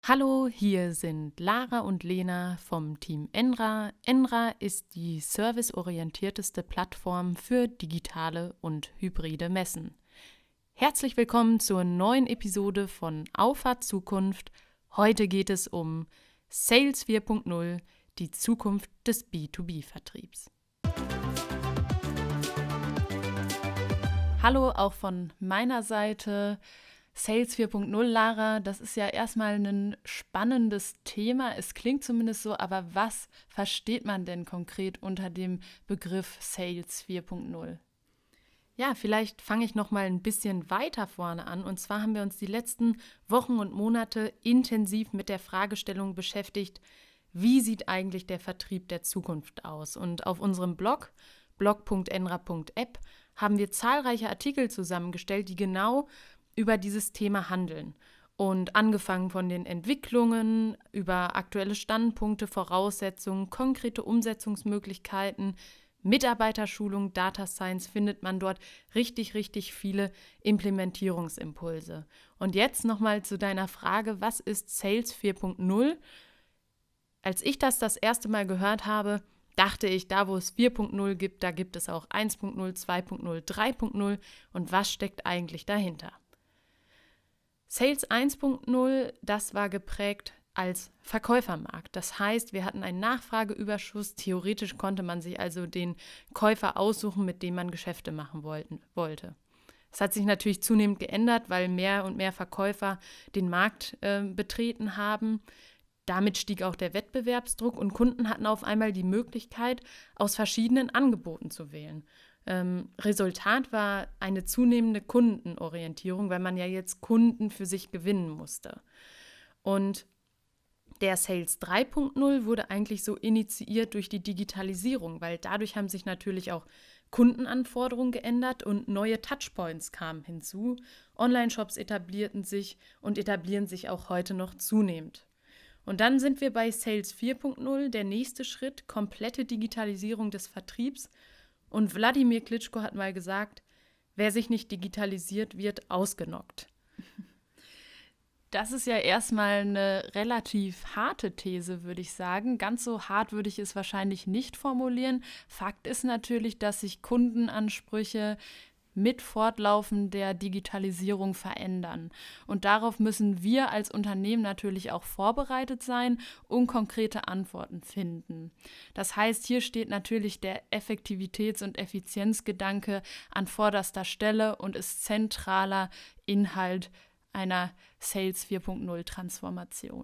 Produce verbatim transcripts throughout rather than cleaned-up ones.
Hallo, hier sind Lara und Lena vom Team Enra. Enra ist die serviceorientierteste Plattform für digitale und hybride Messen. Herzlich willkommen zur neuen Episode von Auffahrt Zukunft. Heute geht es um Sales vier Punkt null, die Zukunft des B zwei B-Vertriebs. Hallo auch von meiner Seite. Sales vier Punkt null, Lara, das ist ja erstmal ein spannendes Thema. Es klingt zumindest so, aber was versteht man denn konkret unter dem Begriff Sales vier Punkt null? Ja, vielleicht fange ich noch mal ein bisschen weiter vorne an. Und zwar haben wir uns die letzten Wochen und Monate intensiv mit der Fragestellung beschäftigt, wie sieht eigentlich der Vertrieb der Zukunft aus? Und auf unserem Blog, blog punkt enra punkt app, haben wir zahlreiche Artikel zusammengestellt, die genau über dieses Thema handeln. Und angefangen von den Entwicklungen, über aktuelle Standpunkte, Voraussetzungen, konkrete Umsetzungsmöglichkeiten, Mitarbeiterschulung, Data Science, findet man dort richtig, richtig viele Implementierungsimpulse. Und jetzt nochmal zu deiner Frage, was ist Sales vier Punkt null? Als ich das das erste Mal gehört habe, dachte ich, da wo es vier Punkt null gibt, da gibt es auch eins Punkt null, zwei Punkt null, drei Punkt null. Und was steckt eigentlich dahinter? Sales eins Punkt null, das war geprägt als Verkäufermarkt. Das heißt, wir hatten einen Nachfrageüberschuss. Theoretisch konnte man sich also den Käufer aussuchen, mit dem man Geschäfte machen wollten, wollte. Das hat sich natürlich zunehmend geändert, weil mehr und mehr Verkäufer den Markt äh, betreten haben. Damit stieg auch der Wettbewerbsdruck und Kunden hatten auf einmal die Möglichkeit, aus verschiedenen Angeboten zu wählen. Ähm, Resultat war eine zunehmende Kundenorientierung, weil man ja jetzt Kunden für sich gewinnen musste. Und der Sales drei Punkt null wurde eigentlich so initiiert durch die Digitalisierung, weil dadurch haben sich natürlich auch Kundenanforderungen geändert und neue Touchpoints kamen hinzu. Online-Shops etablierten sich und etablieren sich auch heute noch zunehmend. Und dann sind wir bei Sales vier Punkt null, der nächste Schritt, komplette Digitalisierung des Vertriebs. Und Wladimir Klitschko hat mal gesagt, wer sich nicht digitalisiert, wird ausgenockt. Das ist ja erstmal eine relativ harte These, würde ich sagen. Ganz so hart würde ich es wahrscheinlich nicht formulieren. Fakt ist natürlich, dass sich Kundenansprüche mit Fortlaufen der Digitalisierung verändern. Und darauf müssen wir als Unternehmen natürlich auch vorbereitet sein und konkrete Antworten finden. Das heißt, hier steht natürlich der Effektivitäts- und Effizienzgedanke an vorderster Stelle und ist zentraler Inhalt einer Sales vier Punkt null Transformation.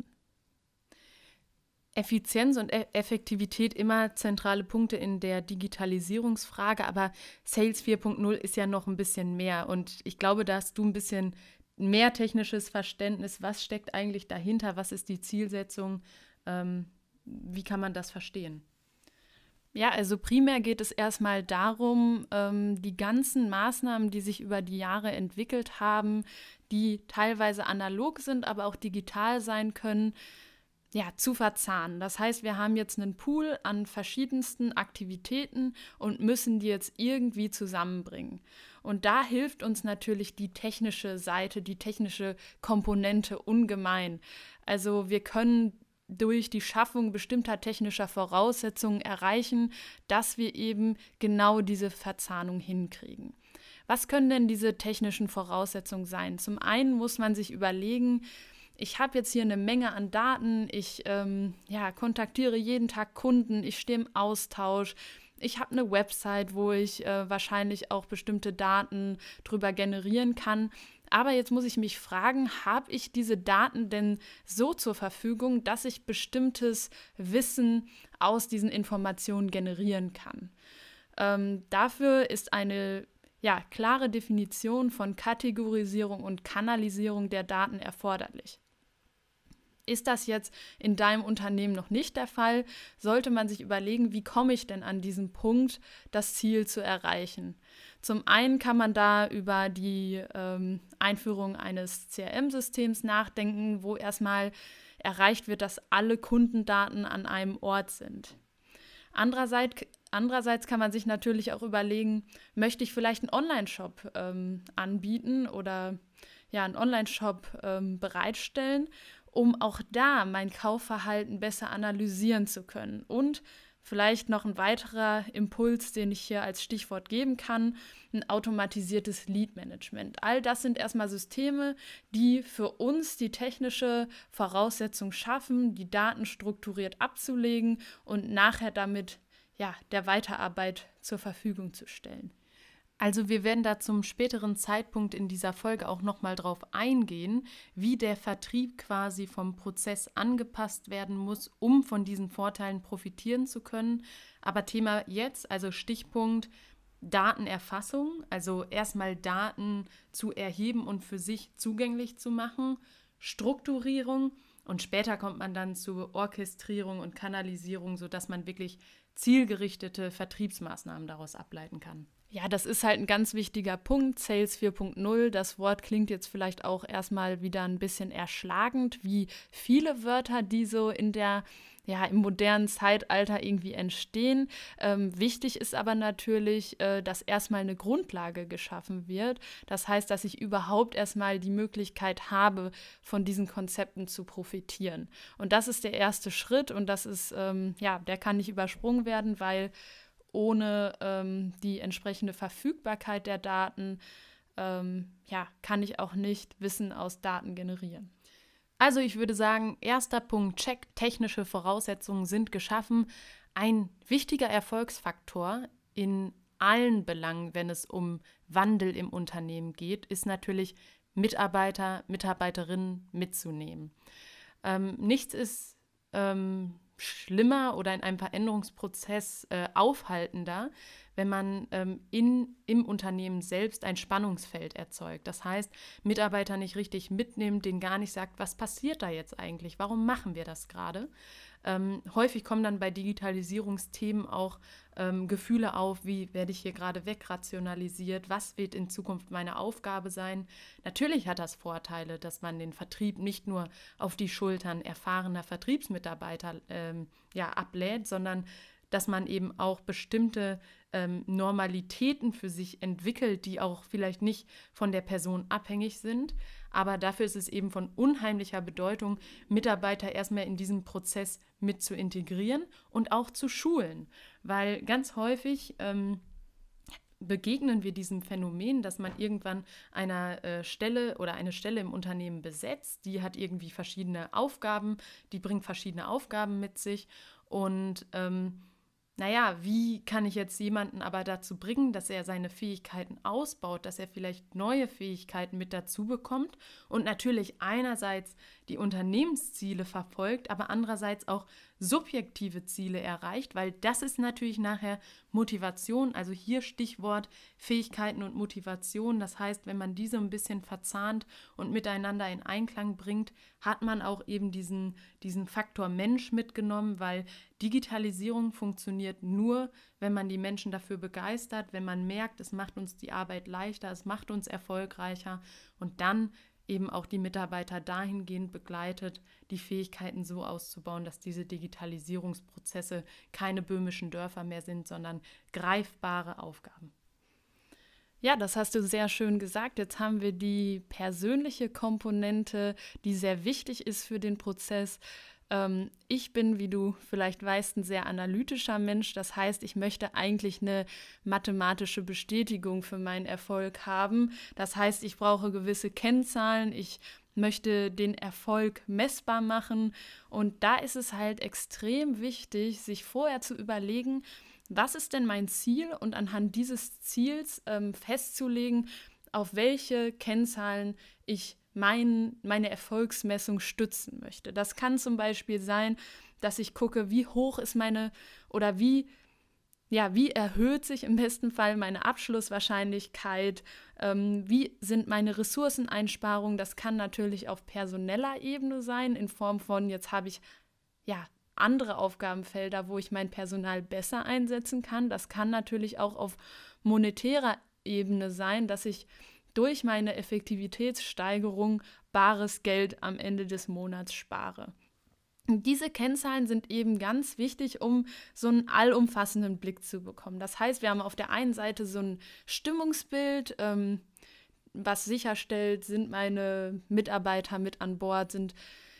Effizienz und Effektivität immer zentrale Punkte in der Digitalisierungsfrage, aber Sales vier Punkt null ist ja noch ein bisschen mehr und ich glaube, da hast du ein bisschen mehr technisches Verständnis. Was steckt eigentlich dahinter? Was ist die Zielsetzung? Ähm, wie kann man das verstehen? Ja, also primär geht es erstmal darum, ähm, die ganzen Maßnahmen, die sich über die Jahre entwickelt haben, die teilweise analog sind, aber auch digital sein können, ja, zu verzahnen. Das heißt, wir haben jetzt einen Pool an verschiedensten Aktivitäten und müssen die jetzt irgendwie zusammenbringen. Und da hilft uns natürlich die technische Seite, die technische Komponente ungemein. Also wir können durch die Schaffung bestimmter technischer Voraussetzungen erreichen, dass wir eben genau diese Verzahnung hinkriegen. Was können denn diese technischen Voraussetzungen sein? Zum einen muss man sich überlegen, ich habe jetzt hier eine Menge an Daten, ich ähm, ja, kontaktiere jeden Tag Kunden, ich stehe im Austausch, ich habe eine Website, wo ich äh, wahrscheinlich auch bestimmte Daten drüber generieren kann. Aber jetzt muss ich mich fragen, habe ich diese Daten denn so zur Verfügung, dass ich bestimmtes Wissen aus diesen Informationen generieren kann? Ähm, dafür ist eine ja, klare Definition von Kategorisierung und Kanalisierung der Daten erforderlich. Ist das jetzt in deinem Unternehmen noch nicht der Fall, sollte man sich überlegen, wie komme ich denn an diesen Punkt, das Ziel zu erreichen. Zum einen kann man da über die ähm, Einführung eines C R M-Systems nachdenken, wo erstmal erreicht wird, dass alle Kundendaten an einem Ort sind. Andererseits, andererseits kann man sich natürlich auch überlegen, möchte ich vielleicht einen Online-Shop ähm, anbieten oder ja, einen Online-Shop ähm, bereitstellen um auch da mein Kaufverhalten besser analysieren zu können. Und vielleicht noch ein weiterer Impuls, den ich hier als Stichwort geben kann, ein automatisiertes Lead-Management. All das sind erstmal Systeme, die für uns die technische Voraussetzung schaffen, die Daten strukturiert abzulegen und nachher damit ja, der Weiterarbeit zur Verfügung zu stellen. Also wir werden da zum späteren Zeitpunkt in dieser Folge auch nochmal drauf eingehen, wie der Vertrieb quasi vom Prozess angepasst werden muss, um von diesen Vorteilen profitieren zu können. Aber Thema jetzt, also Stichpunkt Datenerfassung, also erstmal Daten zu erheben und für sich zugänglich zu machen, Strukturierung und später kommt man dann zur Orchestrierung und Kanalisierung, sodass man wirklich zielgerichtete Vertriebsmaßnahmen daraus ableiten kann. Ja, das ist halt ein ganz wichtiger Punkt, Sales vier Punkt null. Das Wort klingt jetzt vielleicht auch erstmal wieder ein bisschen erschlagend, wie viele Wörter, die so in der, ja, im modernen Zeitalter irgendwie entstehen. Ähm, wichtig ist aber natürlich, äh, dass erstmal eine Grundlage geschaffen wird. Das heißt, dass ich überhaupt erstmal die Möglichkeit habe, von diesen Konzepten zu profitieren. Und das ist der erste Schritt und das ist, ähm, ja, der kann nicht übersprungen werden, weil ohne ähm, die entsprechende Verfügbarkeit der Daten ähm, ja, kann ich auch nicht Wissen aus Daten generieren. Also ich würde sagen, erster Punkt, check, technische Voraussetzungen sind geschaffen. Ein wichtiger Erfolgsfaktor in allen Belangen, wenn es um Wandel im Unternehmen geht, ist natürlich Mitarbeiter, Mitarbeiterinnen mitzunehmen. Ähm, nichts ist ähm, schlimmer oder in einem Veränderungsprozess äh, aufhaltender, wenn man ähm, in, im Unternehmen selbst ein Spannungsfeld erzeugt. Das heißt, Mitarbeiter nicht richtig mitnimmt, denen gar nicht sagt, was passiert da jetzt eigentlich, warum machen wir das gerade? Ähm, häufig kommen dann bei Digitalisierungsthemen auch ähm, Gefühle auf, wie werde ich hier gerade wegrationalisiert, was wird in Zukunft meine Aufgabe sein. Natürlich hat das Vorteile, dass man den Vertrieb nicht nur auf die Schultern erfahrener Vertriebsmitarbeiter ähm, ja, ablädt, sondern dass man eben auch bestimmte ähm, Normalitäten für sich entwickelt, die auch vielleicht nicht von der Person abhängig sind. Aber dafür ist es eben von unheimlicher Bedeutung, Mitarbeiter erstmal in diesen Prozess mit zu integrieren und auch zu schulen. Weil ganz häufig ähm, begegnen wir diesem Phänomen, dass man irgendwann einer äh, Stelle oder eine Stelle im Unternehmen besetzt, die hat irgendwie verschiedene Aufgaben, die bringt verschiedene Aufgaben mit sich und ähm, naja, wie kann ich jetzt jemanden aber dazu bringen, dass er seine Fähigkeiten ausbaut, dass er vielleicht neue Fähigkeiten mit dazu bekommt und natürlich einerseits die Unternehmensziele verfolgt, aber andererseits auch subjektive Ziele erreicht, weil das ist natürlich nachher Motivation, also hier Stichwort Fähigkeiten und Motivation. Das heißt, wenn man diese ein bisschen verzahnt und miteinander in Einklang bringt, hat man auch eben diesen, diesen Faktor Mensch mitgenommen, weil Digitalisierung funktioniert nur, wenn man die Menschen dafür begeistert, wenn man merkt, es macht uns die Arbeit leichter, es macht uns erfolgreicher und dann eben auch die Mitarbeiter dahingehend begleitet, die Fähigkeiten so auszubauen, dass diese Digitalisierungsprozesse keine böhmischen Dörfer mehr sind, sondern greifbare Aufgaben. Ja, das hast du sehr schön gesagt. Jetzt haben wir die persönliche Komponente, die sehr wichtig ist für den Prozess. Ähm, ich bin, wie du vielleicht weißt, ein sehr analytischer Mensch. Das heißt, ich möchte eigentlich eine mathematische Bestätigung für meinen Erfolg haben. Das heißt, ich brauche gewisse Kennzahlen. Ich möchte den Erfolg messbar machen. Und da ist es halt extrem wichtig, sich vorher zu überlegen, was ist denn mein Ziel und anhand dieses Ziels ähm, festzulegen, auf welche Kennzahlen ich mein, meine Erfolgsmessung stützen möchte. Das kann zum Beispiel sein, dass ich gucke, wie hoch ist meine oder wie, ja, wie erhöht sich im besten Fall meine Abschlusswahrscheinlichkeit, ähm, wie sind meine Ressourceneinsparungen. Das kann natürlich auf personeller Ebene sein, in Form von, jetzt habe ich, ja, andere Aufgabenfelder, wo ich mein Personal besser einsetzen kann. Das kann natürlich auch auf monetärer Ebene sein, dass ich durch meine Effektivitätssteigerung bares Geld am Ende des Monats spare. Und diese Kennzahlen sind eben ganz wichtig, um so einen allumfassenden Blick zu bekommen. Das heißt, wir haben auf der einen Seite so ein Stimmungsbild, ähm, was sicherstellt, sind meine Mitarbeiter mit an Bord, sind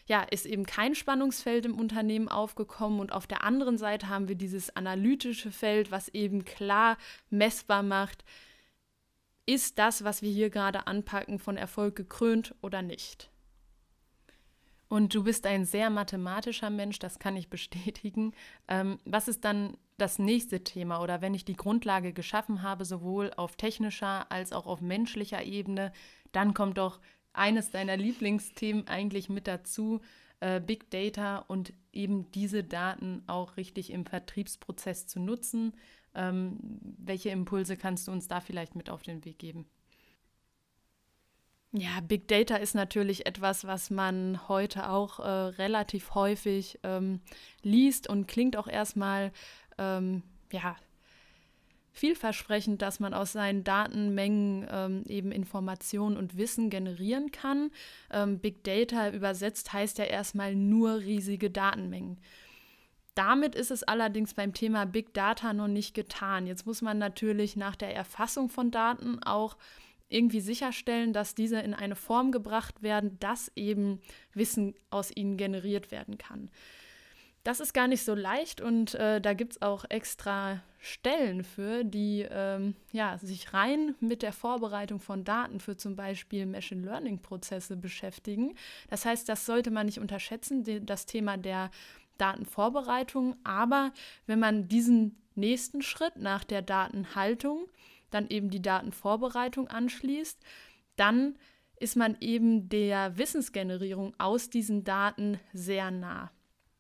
ja, ist eben kein Spannungsfeld im Unternehmen aufgekommen und auf der anderen Seite haben wir dieses analytische Feld, was eben klar messbar macht, ist das, was wir hier gerade anpacken, von Erfolg gekrönt oder nicht. Und du bist ein sehr mathematischer Mensch, das kann ich bestätigen. Ähm, was ist dann das nächste Thema? Oder wenn ich die Grundlage geschaffen habe, sowohl auf technischer als auch auf menschlicher Ebene, dann kommt doch eines deiner Lieblingsthemen eigentlich mit dazu, äh, Big Data und eben diese Daten auch richtig im Vertriebsprozess zu nutzen. Ähm, welche Impulse kannst du uns da vielleicht mit auf den Weg geben? Ja, Big Data ist natürlich etwas, was man heute auch äh, relativ häufig ähm, liest und klingt auch erstmal ähm, ja, vielversprechend, dass man aus seinen Datenmengen ähm, eben Informationen und Wissen generieren kann. Ähm, Big Data übersetzt heißt ja erstmal nur riesige Datenmengen. Damit ist es allerdings beim Thema Big Data noch nicht getan. Jetzt muss man natürlich nach der Erfassung von Daten auch irgendwie sicherstellen, dass diese in eine Form gebracht werden, dass eben Wissen aus ihnen generiert werden kann. Das ist gar nicht so leicht und äh, da gibt es auch extra Stellen für, die ähm, ja, sich rein mit der Vorbereitung von Daten für zum Beispiel Machine Learning-Prozesse beschäftigen. Das heißt, das sollte man nicht unterschätzen, die, das Thema der Datenvorbereitung. Aber wenn man diesen nächsten Schritt nach der Datenhaltung dann eben die Datenvorbereitung anschließt, dann ist man eben der Wissensgenerierung aus diesen Daten sehr nah.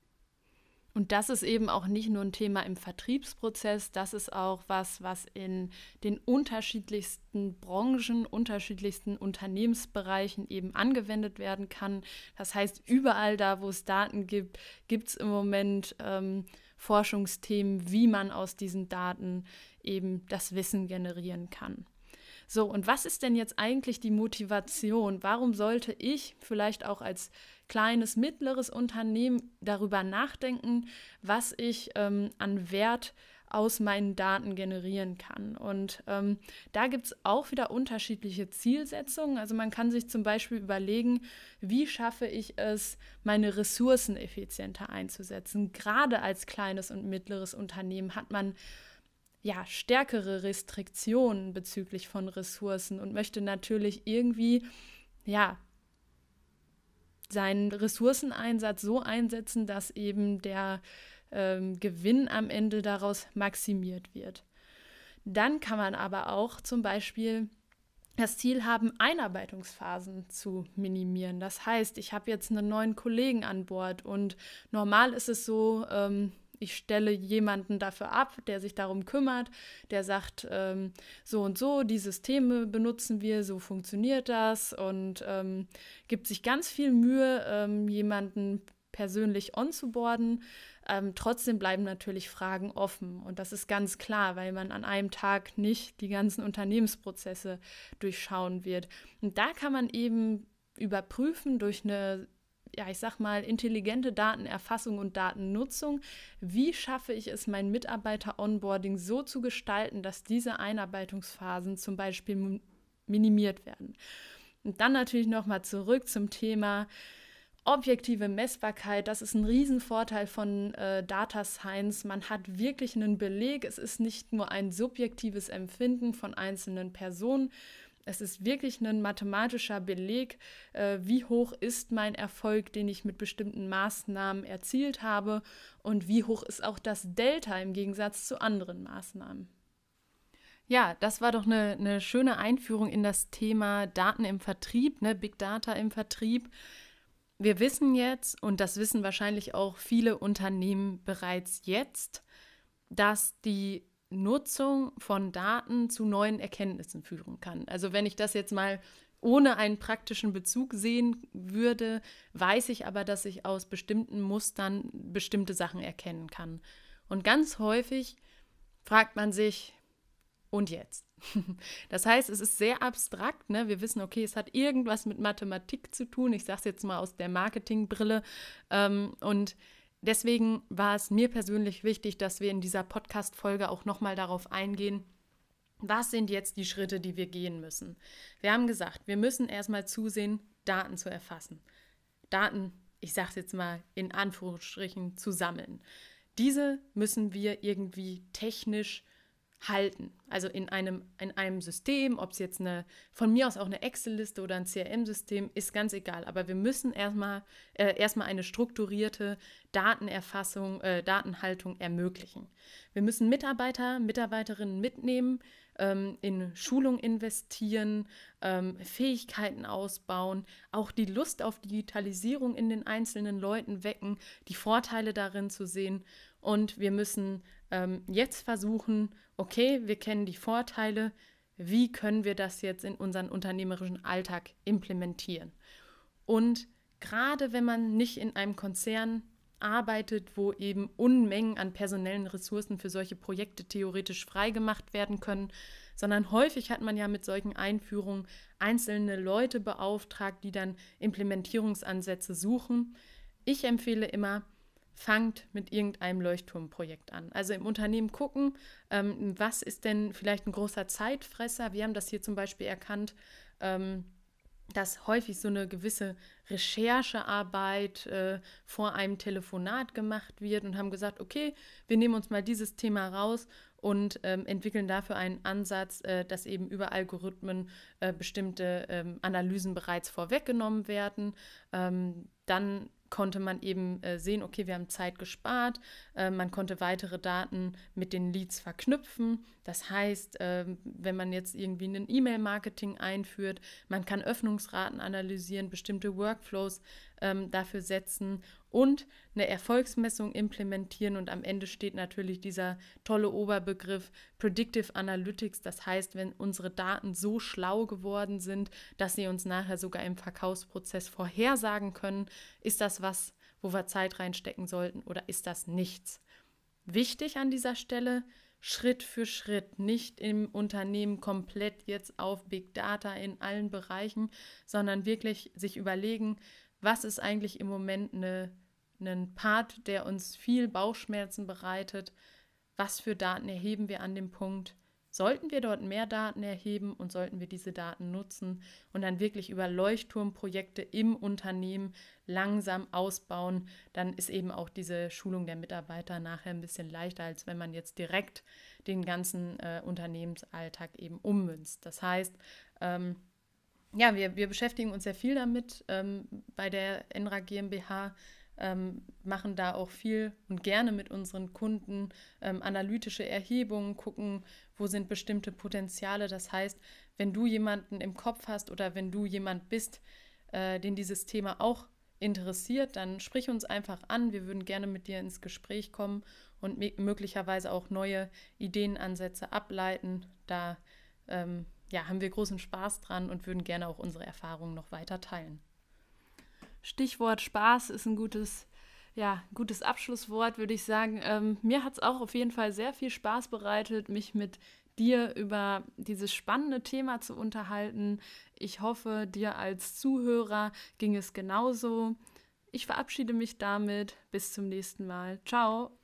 Und das ist eben auch nicht nur ein Thema im Vertriebsprozess, das ist auch was, was in den unterschiedlichsten Branchen, unterschiedlichsten Unternehmensbereichen eben angewendet werden kann. Das heißt, überall da, wo es Daten gibt, gibt es im Moment ähm, Forschungsthemen, wie man aus diesen Daten eben das Wissen generieren kann. So, und was ist denn jetzt eigentlich die Motivation? Warum sollte ich vielleicht auch als kleines, mittleres Unternehmen darüber nachdenken, was ich ähm, an Wert aus meinen Daten generieren kann? Und ähm, da gibt es auch wieder unterschiedliche Zielsetzungen. Also man kann sich zum Beispiel überlegen, wie schaffe ich es, meine Ressourcen effizienter einzusetzen? Gerade als kleines und mittleres Unternehmen hat man ja, stärkere Restriktionen bezüglich von Ressourcen und möchte natürlich irgendwie, ja, seinen Ressourceneinsatz so einsetzen, dass eben der ähm, Gewinn am Ende daraus maximiert wird. Dann kann man aber auch zum Beispiel das Ziel haben, Einarbeitungsphasen zu minimieren. Das heißt, ich habe jetzt einen neuen Kollegen an Bord und normal ist es so, ähm, ich stelle jemanden dafür ab, der sich darum kümmert, der sagt, ähm, so und so, die Systeme benutzen wir, so funktioniert das und ähm, gibt sich ganz viel Mühe, ähm, jemanden persönlich onzuboarden. Ähm, trotzdem bleiben natürlich Fragen offen und das ist ganz klar, weil man an einem Tag nicht die ganzen Unternehmensprozesse durchschauen wird. Und da kann man eben überprüfen durch eine ja, ich sag mal, intelligente Datenerfassung und Datennutzung. Wie schaffe ich es, mein Mitarbeiter-Onboarding so zu gestalten, dass diese Einarbeitungsphasen zum Beispiel minimiert werden? Und dann natürlich nochmal zurück zum Thema objektive Messbarkeit. Das ist ein Riesenvorteil von äh, Data Science. Man hat wirklich einen Beleg. Es ist nicht nur ein subjektives Empfinden von einzelnen Personen. Es ist wirklich ein mathematischer Beleg, äh, wie hoch ist mein Erfolg, den ich mit bestimmten Maßnahmen erzielt habe und wie hoch ist auch das Delta im Gegensatz zu anderen Maßnahmen. Ja, das war doch eine, eine schöne Einführung in das Thema Daten im Vertrieb, ne, Big Data im Vertrieb. Wir wissen jetzt, und das wissen wahrscheinlich auch viele Unternehmen bereits jetzt, dass die Nutzung von Daten zu neuen Erkenntnissen führen kann. Also wenn ich das jetzt mal ohne einen praktischen Bezug sehen würde, weiß ich aber, dass ich aus bestimmten Mustern bestimmte Sachen erkennen kann. Und ganz häufig fragt man sich, und jetzt? Das heißt, es ist sehr abstrakt, ne? Wir wissen, okay, es hat irgendwas mit Mathematik zu tun. Ich sage es jetzt mal aus der Marketingbrille. Ähm, und deswegen war es mir persönlich wichtig, dass wir in dieser Podcast-Folge auch nochmal darauf eingehen, was sind jetzt die Schritte, die wir gehen müssen. Wir haben gesagt, wir müssen erstmal zusehen, Daten zu erfassen. Daten ich sage es jetzt mal in Anführungsstrichen, zu sammeln. Diese müssen wir irgendwie technisch halten. Also in einem, in einem System, ob es jetzt eine, von mir aus auch eine Excel-Liste oder ein C R M-System, ist ganz egal. Aber wir müssen erstmal äh, erstmal eine strukturierte Datenerfassung, äh, Datenhaltung ermöglichen. Wir müssen Mitarbeiter, Mitarbeiterinnen mitnehmen, ähm, in Schulung investieren, ähm, Fähigkeiten ausbauen, auch die Lust auf Digitalisierung in den einzelnen Leuten wecken, die Vorteile darin zu sehen. Und wir müssen ähm, jetzt versuchen, okay, wir kennen die Vorteile, wie können wir das jetzt in unseren unternehmerischen Alltag implementieren? Und gerade wenn man nicht in einem Konzern arbeitet, wo eben Unmengen an personellen Ressourcen für solche Projekte theoretisch freigemacht werden können, sondern häufig hat man ja mit solchen Einführungen einzelne Leute beauftragt, die dann Implementierungsansätze suchen. Ich empfehle immer, fangt mit irgendeinem Leuchtturmprojekt an. Also im Unternehmen gucken, ähm, was ist denn vielleicht ein großer Zeitfresser. Wir haben das hier zum Beispiel erkannt, ähm, dass häufig so eine gewisse Recherchearbeit äh, vor einem Telefonat gemacht wird und haben gesagt, okay, wir nehmen uns mal dieses Thema raus und ähm, entwickeln dafür einen Ansatz, äh, dass eben über Algorithmen äh, bestimmte ähm, Analysen bereits vorweggenommen werden. Ähm, dann konnte man eben äh, sehen, okay, wir haben Zeit gespart, äh, man konnte weitere Daten mit den Leads verknüpfen. Das heißt, äh, wenn man jetzt irgendwie ein E-Mail-Marketing einführt, man kann Öffnungsraten analysieren, bestimmte Workflows ähm, dafür setzen und eine Erfolgsmessung implementieren. Und am Ende steht natürlich dieser tolle Oberbegriff Predictive Analytics. Das heißt, wenn unsere Daten so schlau geworden sind, dass sie uns nachher sogar im Verkaufsprozess vorhersagen können, ist das was, wo wir Zeit reinstecken sollten oder ist das nichts? Wichtig an dieser Stelle, Schritt für Schritt, nicht im Unternehmen komplett jetzt auf Big Data in allen Bereichen, sondern wirklich sich überlegen, was ist eigentlich im Moment eine, ein Part, der uns viel Bauchschmerzen bereitet, was für Daten erheben wir an dem Punkt, sollten wir dort mehr Daten erheben und sollten wir diese Daten nutzen und dann wirklich über Leuchtturmprojekte im Unternehmen langsam ausbauen, dann ist eben auch diese Schulung der Mitarbeiter nachher ein bisschen leichter, als wenn man jetzt direkt den ganzen äh, Unternehmensalltag eben ummünzt. Das heißt, ähm, ja, wir, wir beschäftigen uns sehr viel damit ähm, bei der Enra GmbH, ähm, machen da auch viel und gerne mit unseren Kunden ähm, analytische Erhebungen, gucken, wo sind bestimmte Potenziale. Das heißt, wenn du jemanden im Kopf hast oder wenn du jemand bist, äh, den dieses Thema auch interessiert, dann sprich uns einfach an. Wir würden gerne mit dir ins Gespräch kommen und m- möglicherweise auch neue Ideenansätze ableiten. Da ähm, ja, haben wir großen Spaß dran und würden gerne auch unsere Erfahrungen noch weiter teilen. Stichwort Spaß ist ein gutes, ja, gutes Abschlusswort, würde ich sagen. Ähm, mir hat es auch auf jeden Fall sehr viel Spaß bereitet, mich mit dir über dieses spannende Thema zu unterhalten. Ich hoffe, dir als Zuhörer ging es genauso. Ich verabschiede mich damit. Bis zum nächsten Mal. Ciao.